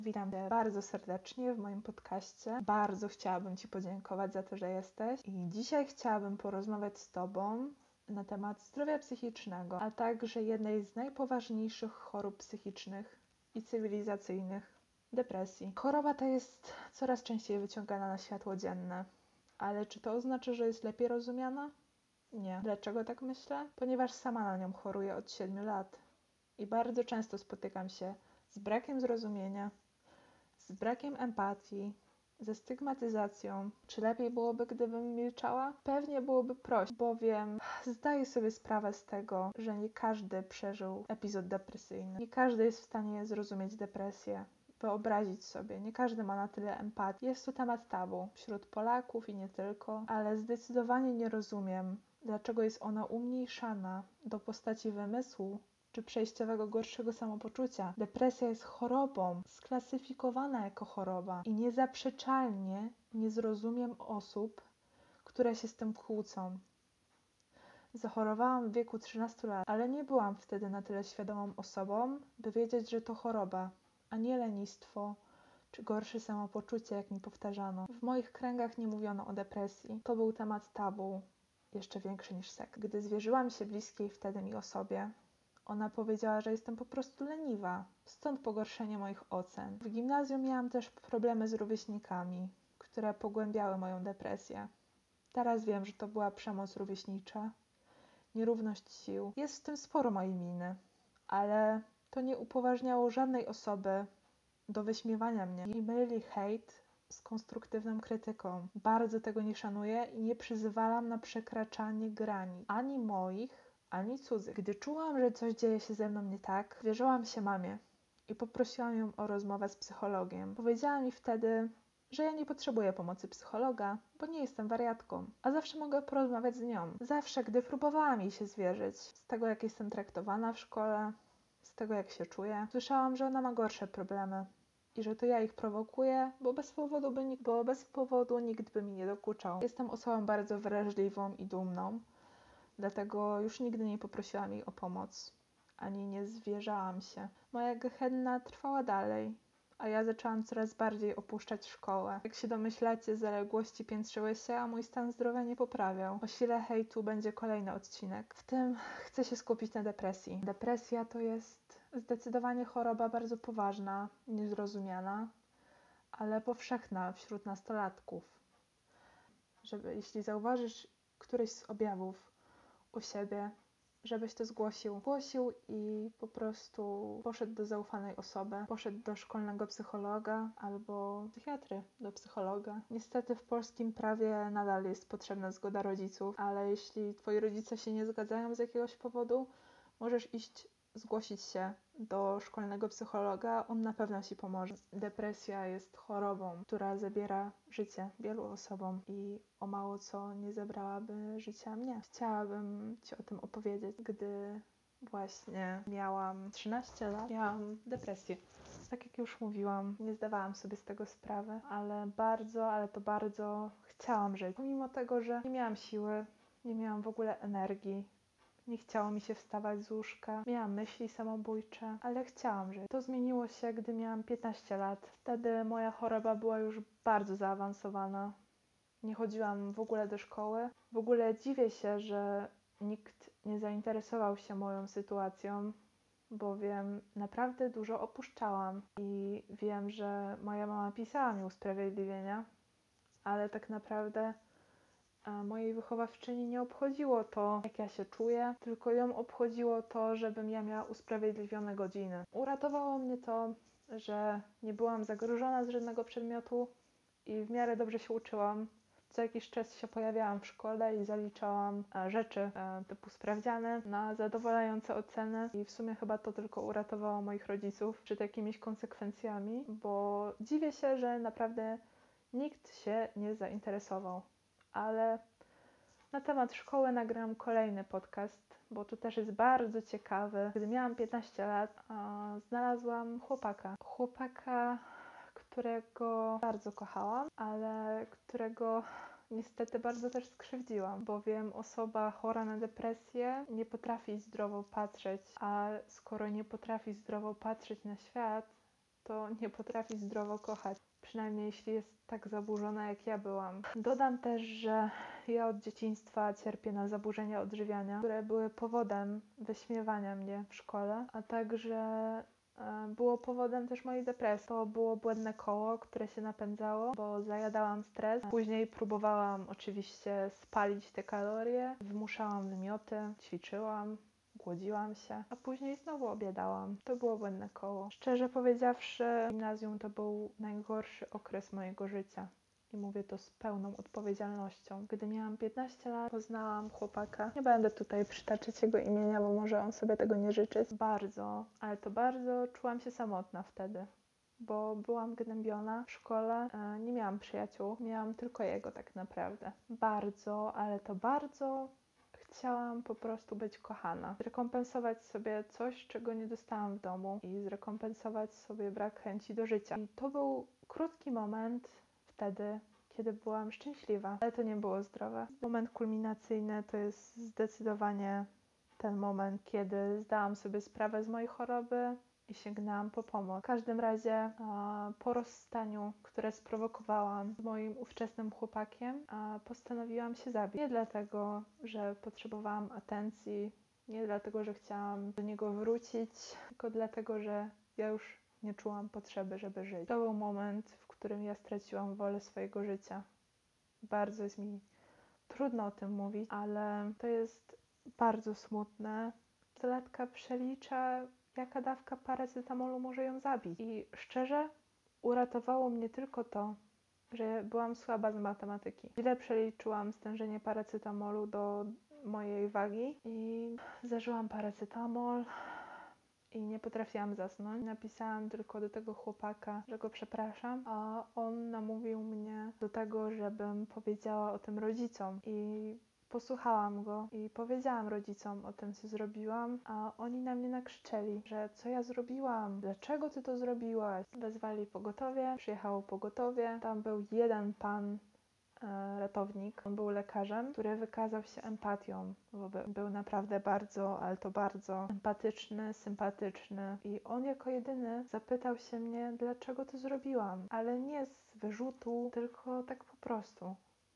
Witam Cię bardzo serdecznie w moim podcaście. Bardzo chciałabym Ci podziękować za to, że jesteś. I dzisiaj chciałabym porozmawiać z Tobą na temat zdrowia psychicznego, a także jednej z najpoważniejszych chorób psychicznych i cywilizacyjnych – depresji. Choroba ta jest coraz częściej wyciągana na światło dzienne, ale czy to oznacza, że jest lepiej rozumiana? Nie. Dlaczego tak myślę? Ponieważ sama na nią choruję od 7 lat i bardzo często spotykam się z brakiem zrozumienia, z brakiem empatii, ze stygmatyzacją. Czy lepiej byłoby, gdybym milczała? Pewnie byłoby prościej, bowiem zdaję sobie sprawę z tego, że nie każdy przeżył epizod depresyjny. Nie każdy jest w stanie zrozumieć depresję, wyobrazić sobie. Nie każdy ma na tyle empatii. Jest to temat tabu wśród Polaków i nie tylko, ale zdecydowanie nie rozumiem, dlaczego jest ona umniejszana do postaci wymysłu czy przejściowego gorszego samopoczucia. Depresja jest chorobą, sklasyfikowana jako choroba i niezaprzeczalnie nie zrozumiem osób, które się z tym kłócą. Zachorowałam w wieku 13 lat, ale nie byłam wtedy na tyle świadomą osobą, by wiedzieć, że to choroba, a nie lenistwo czy gorsze samopoczucie, jak mi powtarzano. W moich kręgach nie mówiono o depresji. To był temat tabu, jeszcze większy niż seks. Gdy zwierzyłam się bliskiej wtedy mi osobie, ona powiedziała, że jestem po prostu leniwa, stąd pogorszenie moich ocen. W gimnazjum miałam też problemy z rówieśnikami, które pogłębiały moją depresję. Teraz wiem, że to była przemoc rówieśnicza, nierówność sił. Jest w tym sporo mojej winy, ale to nie upoważniało żadnej osoby do wyśmiewania mnie i myli hejt z konstruktywną krytyką. Bardzo tego nie szanuję i nie przyzwalam na przekraczanie granic, ani moich, ani cudzych. Gdy czułam, że coś dzieje się ze mną nie tak, zwierzyłam się mamie i poprosiłam ją o rozmowę z psychologiem. Powiedziała mi wtedy, że ja nie potrzebuję pomocy psychologa, bo nie jestem wariatką, a zawsze mogę porozmawiać z nią. Zawsze, gdy próbowałam jej się zwierzyć, z tego jak jestem traktowana w szkole, z tego jak się czuję, słyszałam, że ona ma gorsze problemy i że to ja ich prowokuję, bo bez powodu nikt by mi nie dokuczał. Jestem osobą bardzo wrażliwą i dumną, dlatego już nigdy nie poprosiłam jej o pomoc, ani nie zwierzałam się. Moja gehenna trwała dalej, a ja zaczęłam coraz bardziej opuszczać szkołę. Jak się domyślacie, zaległości piętrzyły się, a mój stan zdrowia nie poprawiał. O sile hejtu będzie kolejny odcinek. W tym chcę się skupić na depresji. Depresja to jest zdecydowanie choroba bardzo poważna, niezrozumiana, ale powszechna wśród nastolatków. Jeśli zauważysz któryś z objawów u siebie, żebyś to zgłosił i po prostu poszedł do zaufanej osoby, poszedł do szkolnego psychologa albo psychiatry, do psychologa. Niestety w polskim prawie nadal jest potrzebna zgoda rodziców, ale jeśli twoi rodzice się nie zgadzają z jakiegoś powodu, możesz zgłosić się do szkolnego psychologa, on na pewno ci pomoże. Depresja jest chorobą, która zabiera życie wielu osobom i o mało co nie zabrałaby życia mnie. Chciałabym Ci o tym opowiedzieć, gdy właśnie miałam 13 lat, miałam depresję. Tak jak już mówiłam, nie zdawałam sobie z tego sprawy, ale to bardzo chciałam żyć. Pomimo tego, że nie miałam siły, nie miałam w ogóle energii, nie chciało mi się wstawać z łóżka, miałam myśli samobójcze, ale chciałam żyć. To zmieniło się, gdy miałam 15 lat. Wtedy moja choroba była już bardzo zaawansowana. Nie chodziłam w ogóle do szkoły. W ogóle dziwię się, że nikt nie zainteresował się moją sytuacją, bowiem naprawdę dużo opuszczałam i wiem, że moja mama pisała mi usprawiedliwienia, ale tak naprawdę mojej wychowawczyni nie obchodziło to, jak ja się czuję, tylko ją obchodziło to, żebym ja miała usprawiedliwione godziny. Uratowało mnie to, że nie byłam zagrożona z żadnego przedmiotu i w miarę dobrze się uczyłam. Co jakiś czas się pojawiałam w szkole i zaliczałam rzeczy typu sprawdziany na zadowalające oceny i w sumie chyba to tylko uratowało moich rodziców przed jakimiś konsekwencjami, bo dziwię się, że naprawdę nikt się nie zainteresował. Ale na temat szkoły nagram kolejny podcast, bo to też jest bardzo ciekawy. Gdy miałam 15 lat, znalazłam chłopaka, którego bardzo kochałam, ale którego niestety bardzo też skrzywdziłam, bowiem osoba chora na depresję nie potrafi zdrowo patrzeć, a skoro nie potrafi zdrowo patrzeć na świat, to nie potrafi zdrowo kochać. Przynajmniej jeśli jest tak zaburzona, jak ja byłam. Dodam też, że ja od dzieciństwa cierpię na zaburzenia odżywiania, które były powodem wyśmiewania mnie w szkole, a także było powodem też mojej depresji. To było błędne koło, które się napędzało, bo zajadałam stres. Później próbowałam oczywiście spalić te kalorie, wymuszałam wymioty, ćwiczyłam, głodziłam się, a później znowu obiadałam. To było błędne koło. Szczerze powiedziawszy, gimnazjum to był najgorszy okres mojego życia. I mówię to z pełną odpowiedzialnością. Gdy miałam 15 lat, poznałam chłopaka. Nie będę tutaj przytaczać jego imienia, bo może on sobie tego nie życzyć. Bardzo, ale to bardzo czułam się samotna wtedy, bo byłam gnębiona w szkole, nie miałam przyjaciół, miałam tylko jego tak naprawdę. Bardzo, ale to bardzo chciałam po prostu być kochana. Zrekompensować sobie coś, czego nie dostałam w domu i zrekompensować sobie brak chęci do życia. I to był krótki moment wtedy, kiedy byłam szczęśliwa, ale to nie było zdrowe. Moment kulminacyjny to jest zdecydowanie ten moment, kiedy zdałam sobie sprawę z mojej choroby i sięgnęłam po pomoc. W każdym razie po rozstaniu, które sprowokowałam z moim ówczesnym chłopakiem, postanowiłam się zabić. Nie dlatego, że potrzebowałam atencji, nie dlatego, że chciałam do niego wrócić, tylko dlatego, że ja już nie czułam potrzeby, żeby żyć. To był moment, w którym ja straciłam wolę swojego życia. Bardzo jest mi trudno o tym mówić, ale to jest bardzo smutne. Nastolatka przelicza, jaka dawka paracetamolu może ją zabić. I szczerze, uratowało mnie tylko to, że byłam słaba z matematyki. Źle przeliczyłam stężenie paracetamolu do mojej wagi i zażyłam paracetamol i nie potrafiłam zasnąć. Napisałam tylko do tego chłopaka, że go przepraszam, a on namówił mnie do tego, żebym powiedziała o tym rodzicom. I posłuchałam go i powiedziałam rodzicom o tym, co zrobiłam, a oni na mnie nakrzyczeli, że co ja zrobiłam, dlaczego ty to zrobiłaś. Wezwali pogotowie, przyjechało pogotowie, tam był jeden pan ratownik. On był lekarzem, który wykazał się empatią. Był naprawdę bardzo, ale to bardzo empatyczny, sympatyczny. I on jako jedyny zapytał się mnie, dlaczego to zrobiłam. Ale nie z wyrzutu, tylko tak po prostu.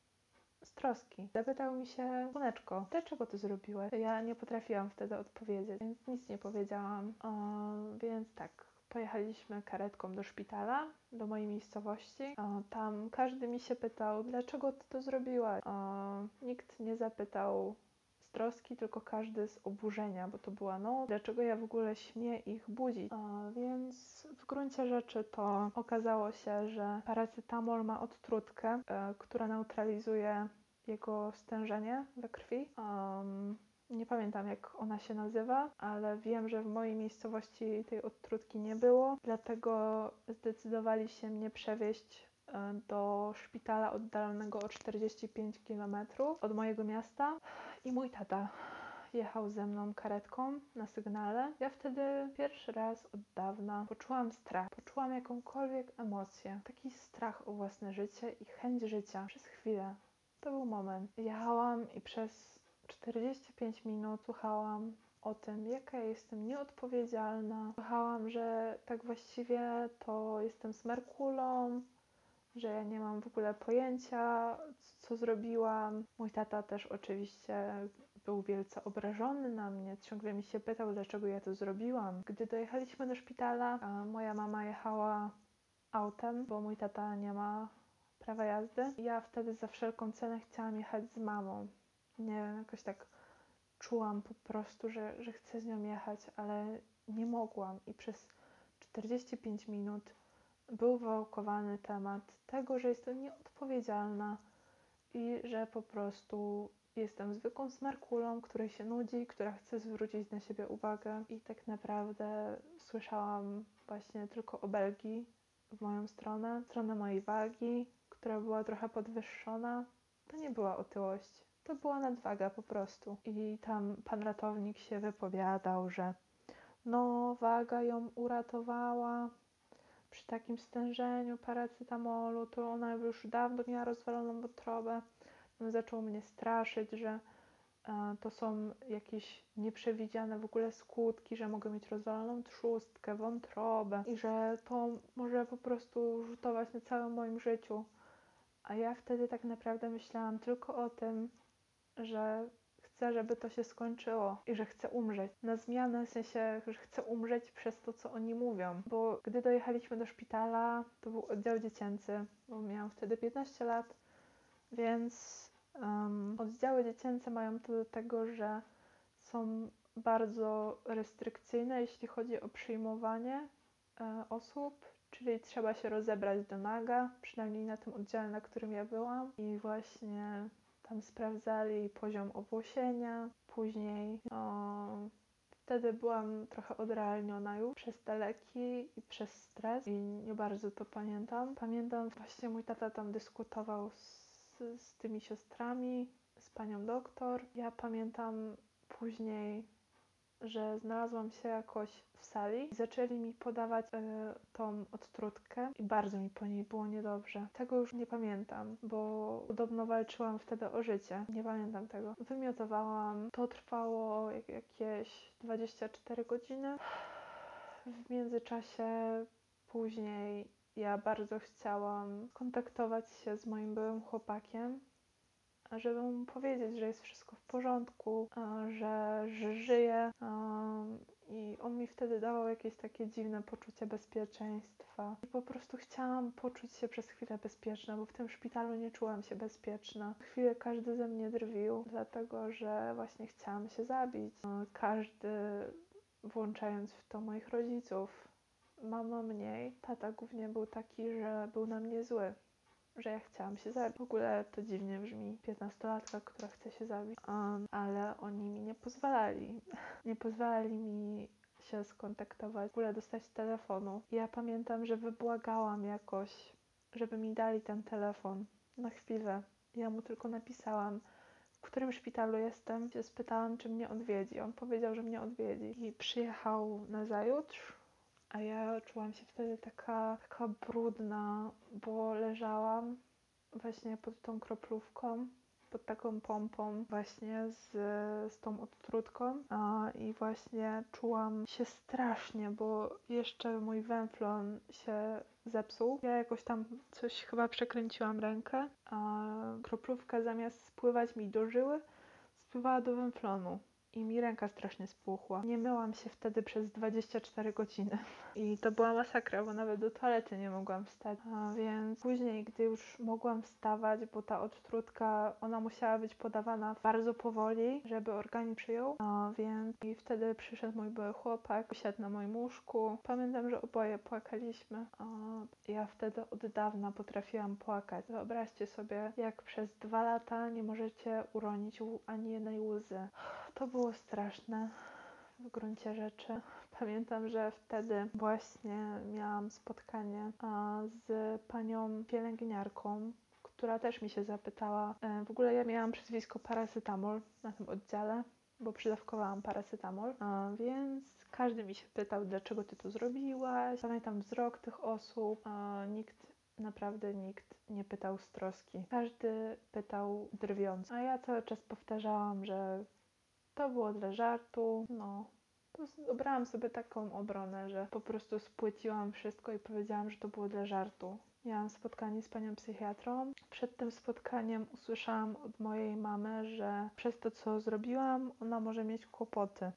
Z troski. Zapytał mi się, Słoneczko, dlaczego to zrobiłaś? Ja nie potrafiłam wtedy odpowiedzieć, więc nic nie powiedziałam. Więc tak, pojechaliśmy karetką do szpitala, do mojej miejscowości. Tam każdy mi się pytał, dlaczego ty to zrobiłaś? Nikt nie zapytał z troski, tylko każdy z oburzenia, bo to była noc. Dlaczego ja w ogóle śmiem ich budzić? Więc w gruncie rzeczy to okazało się, że paracetamol ma odtrutkę, która neutralizuje jego stężenie we krwi. Nie pamiętam, jak ona się nazywa, ale wiem, że w mojej miejscowości tej odtrutki nie było, dlatego zdecydowali się mnie przewieźć do szpitala oddalonego o 45 km od mojego miasta i mój tata jechał ze mną karetką na sygnale. Ja wtedy pierwszy raz od dawna poczułam strach, poczułam jakąkolwiek emocję, taki strach o własne życie i chęć życia przez chwilę. To był moment. Jechałam i przez 45 minut słuchałam o tym, jaka ja jestem nieodpowiedzialna. Słuchałam, że tak właściwie to jestem smerkulą, że ja nie mam w ogóle pojęcia, co zrobiłam. Mój tata też oczywiście był wielce obrażony na mnie. Ciągle mi się pytał, dlaczego ja to zrobiłam. Gdy dojechaliśmy do szpitala, moja mama jechała autem, bo mój tata nie ma prawa jazdy. Ja wtedy za wszelką cenę chciałam jechać z mamą. Nie wiem, jakoś tak czułam po prostu, że chcę z nią jechać, ale nie mogłam. I przez 45 minut był wałkowany temat tego, że jestem nieodpowiedzialna i że po prostu jestem zwykłą smarkulą, której się nudzi, która chce zwrócić na siebie uwagę. I tak naprawdę słyszałam właśnie tylko obelgi w moją stronę, w stronę mojej wagi, która była trochę podwyższona. To nie była otyłość, to była nadwaga po prostu. I tam pan ratownik się wypowiadał, że no, waga ją uratowała. Przy takim stężeniu paracetamolu to ona już dawno miała rozwaloną wątrobę. On zaczął mnie straszyć, że to są jakieś nieprzewidziane w ogóle skutki, że mogę mieć rozwaloną trzustkę, wątrobę i że to może po prostu rzutować na całym moim życiu. A ja wtedy tak naprawdę myślałam tylko o tym, że chcę, żeby to się skończyło i że chcę umrzeć. Na zmianę, w sensie, że chcę umrzeć przez to, co oni mówią. Bo gdy dojechaliśmy do szpitala, to był oddział dziecięcy, bo miałam wtedy 15 lat, więc oddziały dziecięce mają to do tego, że są bardzo restrykcyjne, jeśli chodzi o przyjmowanie osób, czyli trzeba się rozebrać do naga, przynajmniej na tym oddziale, na którym ja byłam. I właśnie tam sprawdzali poziom owłosienia. Później wtedy byłam trochę odrealniona już przez te leki i przez stres i nie bardzo to pamiętam. Pamiętam właśnie mój tata tam dyskutował z tymi siostrami, z panią doktor. Ja pamiętam później, że znalazłam się jakoś w sali i zaczęli mi podawać tą odtrutkę i bardzo mi po niej było niedobrze. Tego już nie pamiętam, bo podobno walczyłam wtedy o życie. Nie pamiętam tego. Wymiotowałam. To trwało jakieś 24 godziny. W międzyczasie później ja bardzo chciałam kontaktować się z moim byłym chłopakiem, żeby mu powiedzieć, że jest wszystko w porządku, że żyje. I on mi wtedy dawał jakieś takie dziwne poczucie bezpieczeństwa. I po prostu chciałam poczuć się przez chwilę bezpieczna, bo w tym szpitalu nie czułam się bezpieczna. Chwilę każdy ze mnie drwił, dlatego że właśnie chciałam się zabić. Każdy, włączając w to moich rodziców. Mama mniej, tata głównie był taki, że był na mnie zły, że ja chciałam się zabić. W ogóle to dziwnie brzmi, 15-latka, która chce się zabić, ale oni mi nie pozwalali. Nie pozwalali mi się skontaktować, w ogóle dostać telefonu. I ja pamiętam, że wybłagałam jakoś, żeby mi dali ten telefon na chwilę. Ja mu tylko napisałam, w którym szpitalu jestem. Się spytałam, czy mnie odwiedzi. On powiedział, że mnie odwiedzi. I przyjechał nazajutrz. A ja czułam się wtedy taka brudna, bo leżałam właśnie pod tą kroplówką, pod taką pompą właśnie z tą odtrutką i właśnie czułam się strasznie, bo jeszcze mój węflon się zepsuł. Ja jakoś tam coś chyba przekręciłam rękę, a kroplówka zamiast spływać mi do żyły, spływała do węflonu. I mi ręka strasznie spuchła. Nie myłam się wtedy przez 24 godziny. I to była masakra, bo nawet do toalety nie mogłam wstać. A więc później, gdy już mogłam wstawać, bo ta odtrutka, ona musiała być podawana bardzo powoli, żeby organizm przyjął. A więc i wtedy przyszedł mój były chłopak, usiadł na moim łóżku. Pamiętam, że oboje płakaliśmy. Ja wtedy od dawna potrafiłam płakać. Wyobraźcie sobie, jak przez 2 lata nie możecie uronić ani jednej łzy. To było straszne w gruncie rzeczy. Pamiętam, że wtedy właśnie miałam spotkanie z panią pielęgniarką, która też mi się zapytała. W ogóle ja miałam przezwisko paracetamol na tym oddziale, bo przydawkowałam paracetamol, więc każdy mi się pytał, dlaczego ty to zrobiłaś. Pamiętam wzrok tych osób. Naprawdę nikt nie pytał z troski. Każdy pytał drwiąc. A ja cały czas powtarzałam, że to było dla żartu. Obrałam sobie taką obronę, że po prostu spłyciłam wszystko i powiedziałam, że to było dla żartu. Miałam spotkanie z panią psychiatrą. Przed tym spotkaniem usłyszałam od mojej mamy, że przez to, co zrobiłam, ona może mieć kłopoty.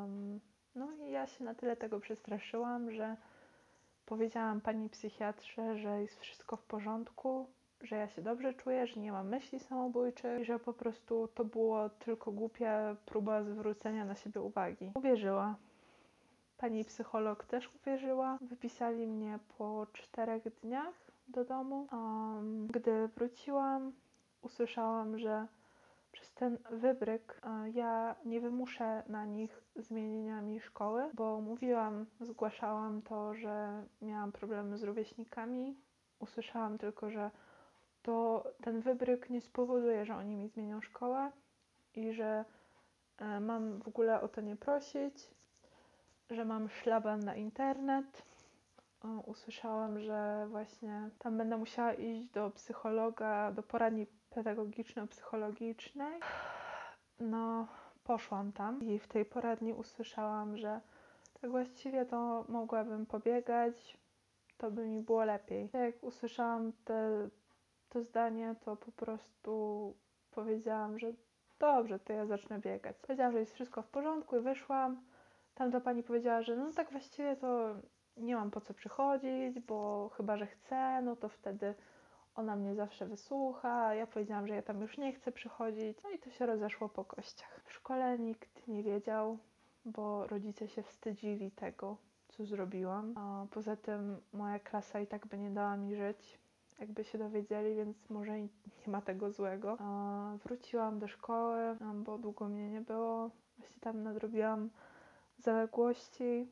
I ja się na tyle tego przestraszyłam, że powiedziałam pani psychiatrze, że jest wszystko w porządku, że ja się dobrze czuję, że nie mam myśli samobójczych i że po prostu to było tylko głupia próba zwrócenia na siebie uwagi. Uwierzyła. Pani psycholog też uwierzyła. Wypisali mnie po 4 dniach do domu. Gdy wróciłam, usłyszałam, że przez ten wybryk ja nie wymuszę na nich zmienienia mi szkoły, bo zgłaszałam to, że miałam problemy z rówieśnikami. Usłyszałam tylko, że ten wybryk nie spowoduje, że oni mi zmienią szkołę i że mam w ogóle o to nie prosić, że mam szlaban na internet. Usłyszałam, że właśnie tam będę musiała iść do psychologa, do poradni pedagogiczno-psychologicznej. no poszłam tam i w tej poradni usłyszałam, że tak właściwie to mogłabym pobiegać, to by mi było lepiej. Jak usłyszałam to zdanie, to po prostu powiedziałam, że dobrze, to ja zacznę biegać. Powiedziałam, że jest wszystko w porządku i wyszłam. Tamta pani powiedziała, że no tak właściwie to nie mam po co przychodzić, bo chyba, że chcę, no to wtedy ona mnie zawsze wysłucha. Ja powiedziałam, że ja tam już nie chcę przychodzić. No i to się rozeszło po kościach. W szkole nikt nie wiedział, bo rodzice się wstydzili tego, co zrobiłam. A poza tym moja klasa i tak by nie dała mi żyć, jakby się dowiedzieli, więc może i nie ma tego złego. Wróciłam do szkoły, bo długo mnie nie było. Właśnie tam nadrobiłam zaległości.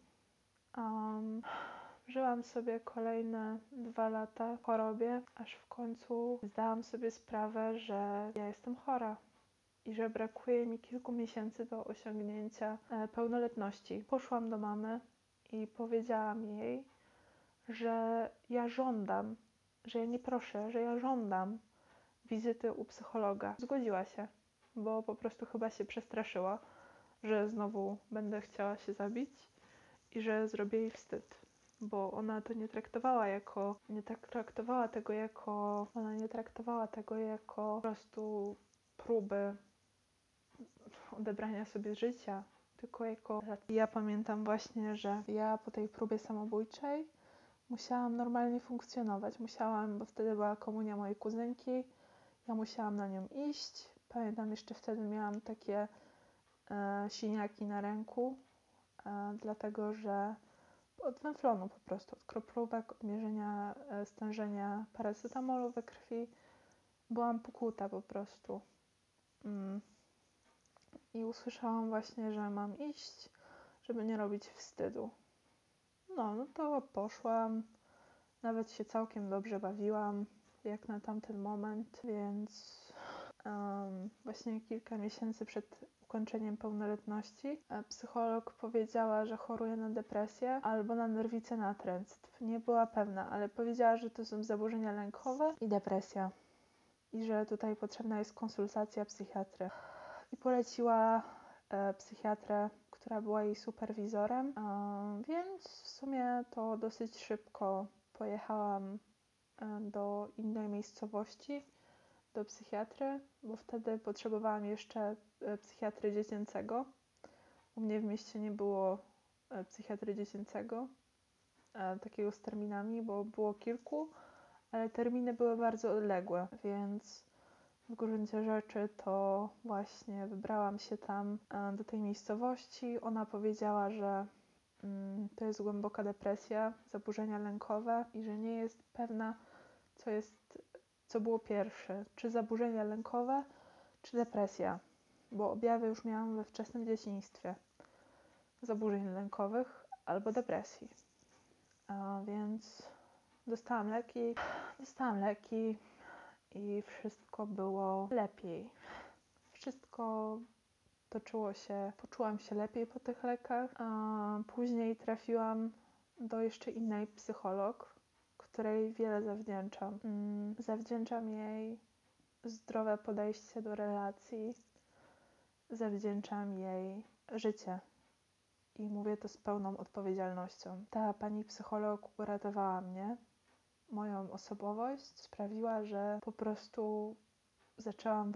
Żyłam sobie kolejne 2 lata w chorobie, aż w końcu zdałam sobie sprawę, że ja jestem chora i że brakuje mi kilku miesięcy do osiągnięcia pełnoletności. Poszłam do mamy i powiedziałam jej, że ja żądam, że ja nie proszę, że ja żądam wizyty u psychologa. Zgodziła się, bo po prostu chyba się przestraszyła, że znowu będę chciała się zabić i że zrobię jej wstyd, bo ona to nie traktowała tego jako po prostu próby odebrania sobie życia, tylko jako... Ja pamiętam właśnie, że ja po tej próbie samobójczej musiałam normalnie funkcjonować. Bo wtedy była komunia mojej kuzynki, ja musiałam na nią iść. Pamiętam, jeszcze wtedy miałam takie siniaki na ręku, dlatego że od węflonu po prostu, od kroplówek, od mierzenia stężenia paracetamolu we krwi byłam pokuta po prostu. I usłyszałam właśnie, że mam iść, żeby nie robić wstydu. No to poszłam, nawet się całkiem dobrze bawiłam, jak na tamten moment, więc właśnie kilka miesięcy przed ukończeniem pełnoletności psycholog powiedziała, że choruję na depresję albo na nerwicę natręctw. Nie była pewna, ale powiedziała, że to są zaburzenia lękowe i depresja i że tutaj potrzebna jest konsultacja psychiatry. I poleciła psychiatrę, która była jej superwizorem, więc w sumie to dosyć szybko pojechałam do innej miejscowości, do psychiatry, bo wtedy potrzebowałam jeszcze psychiatry dziecięcego. U mnie w mieście nie było psychiatry dziecięcego, takiego z terminami, bo było kilku, ale terminy były bardzo odległe, więc w gruncie rzeczy to właśnie wybrałam się tam do tej miejscowości. Ona powiedziała, że to jest głęboka depresja, zaburzenia lękowe i że nie jest pewna, co było pierwsze, czy zaburzenia lękowe, czy depresja, bo objawy już miałam we wczesnym dzieciństwie zaburzeń lękowych albo depresji. Więc dostałam leki i wszystko było lepiej. Poczułam się lepiej po tych lekach. Później trafiłam do jeszcze innej psycholog, której wiele zawdzięczam. Zawdzięczam jej zdrowe podejście do relacji, zawdzięczam jej życie i mówię to z pełną odpowiedzialnością. Ta pani psycholog uratowała mnie, moją osobowość, sprawiła, że po prostu zaczęłam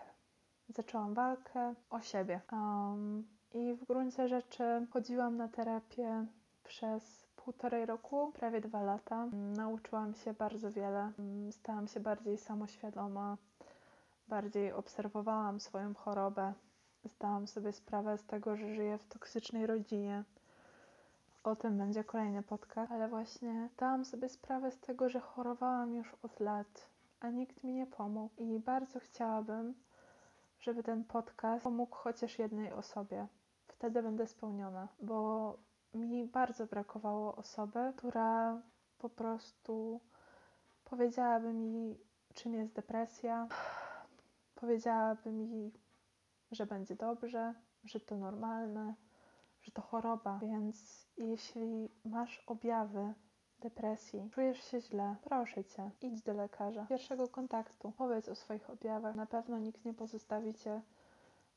walkę o siebie. I w gruncie rzeczy chodziłam na terapię przez 1,5 roku, prawie 2 lata. Nauczyłam się bardzo wiele, stałam się bardziej samoświadoma, bardziej obserwowałam swoją chorobę. Zdałam sobie sprawę z tego, że żyję w toksycznej rodzinie. O tym będzie kolejny podcast, ale właśnie zdałam sobie sprawę z tego, że chorowałam już od lat, a nikt mi nie pomógł. I bardzo chciałabym, żeby ten podcast pomógł chociaż jednej osobie. Wtedy będę spełniona, bo mi bardzo brakowało osoby, która po prostu powiedziałaby mi, czym jest depresja, powiedziałaby mi, że będzie dobrze, że to normalne, że to choroba. Więc jeśli masz objawy depresji, czujesz się źle, proszę Cię, idź do lekarza. Pierwszego kontaktu, powiedz o swoich objawach. Na pewno nikt nie pozostawi Cię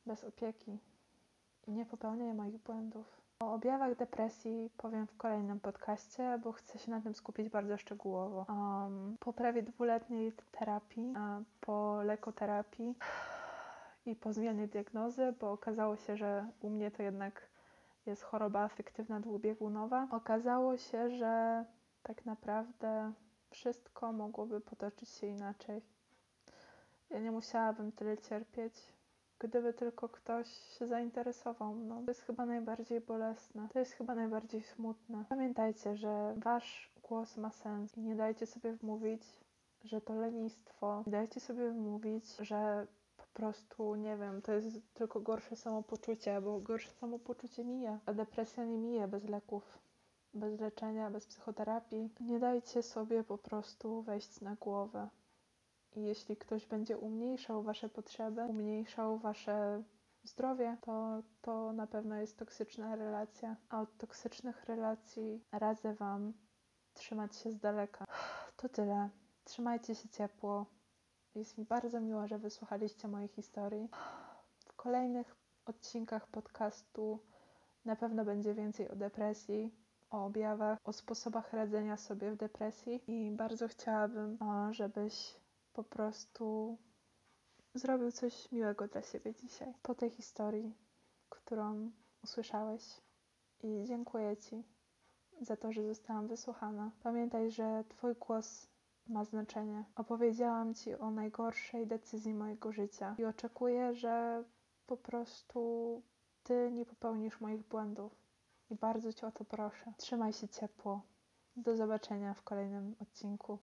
bez opieki i nie popełniaj moich błędów. O objawach depresji powiem w kolejnym podcaście, bo chcę się na tym skupić bardzo szczegółowo. Po prawie 2-letniej terapii, po lekoterapii i po zmianie diagnozy, bo okazało się, że u mnie to jednak jest choroba afektywna dwubiegunowa. Okazało się, że tak naprawdę wszystko mogłoby potoczyć się inaczej. Ja nie musiałabym tyle cierpieć, gdyby tylko ktoś się zainteresował mną. To jest chyba najbardziej bolesne, to jest chyba najbardziej smutne. Pamiętajcie, że wasz głos ma sens i nie dajcie sobie wmówić, że to lenistwo. Nie dajcie sobie wmówić, że po prostu, nie wiem, to jest tylko gorsze samopoczucie, bo gorsze samopoczucie mija, a depresja nie mija bez leków, bez leczenia, bez psychoterapii. Nie dajcie sobie po prostu wejść na głowę. I jeśli ktoś będzie umniejszał wasze potrzeby, umniejszał wasze zdrowie, to na pewno jest toksyczna relacja. A od toksycznych relacji radzę wam trzymać się z daleka. To tyle. Trzymajcie się ciepło. Jest mi bardzo miło, że wysłuchaliście mojej historii. W kolejnych odcinkach podcastu na pewno będzie więcej o depresji, o objawach, o sposobach radzenia sobie w depresji i bardzo chciałabym, żebyś po prostu zrobił coś miłego dla siebie dzisiaj, po tej historii, którą usłyszałeś. I dziękuję Ci za to, że zostałam wysłuchana. Pamiętaj, że Twój głos ma znaczenie. Opowiedziałam Ci o najgorszej decyzji mojego życia i oczekuję, że po prostu Ty nie popełnisz moich błędów. I bardzo Cię o to proszę. Trzymaj się ciepło. Do zobaczenia w kolejnym odcinku.